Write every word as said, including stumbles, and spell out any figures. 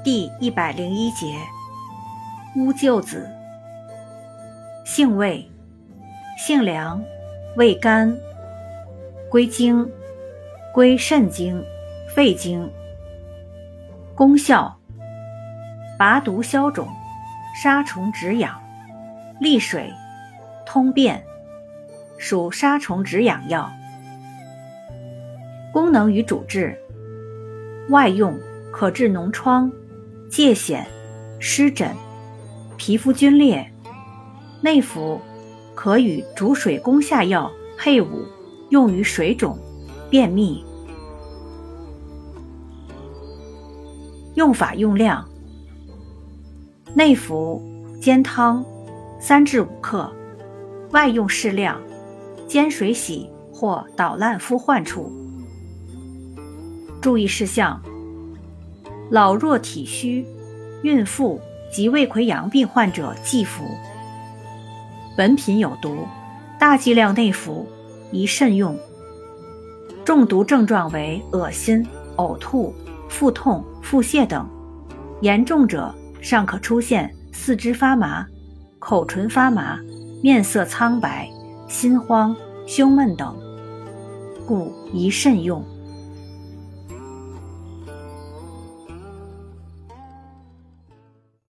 第一百零一节，乌桕子。性味，性凉，味甘，归经，归肾经、肺经。功效，拔毒消肿，杀虫止痒，利水，通便，属杀虫止痒药。功能与主治，外用可治脓疮、疥癣、湿疹、皮肤皲裂；内服可与逐水攻下药配伍，用于水肿、便秘。用法用量，内服煎汤三至五克，外用适量，煎水洗或捣烂敷患处。注意事项，老弱体虚、孕妇及胃溃疡病患者忌服。本品有毒，大剂量内服宜慎用。中毒症状为恶心、呕吐、腹痛、腹泻等，严重者尚可出现四肢发麻、口唇发麻、面色苍白、心慌、胸闷等，故宜慎用。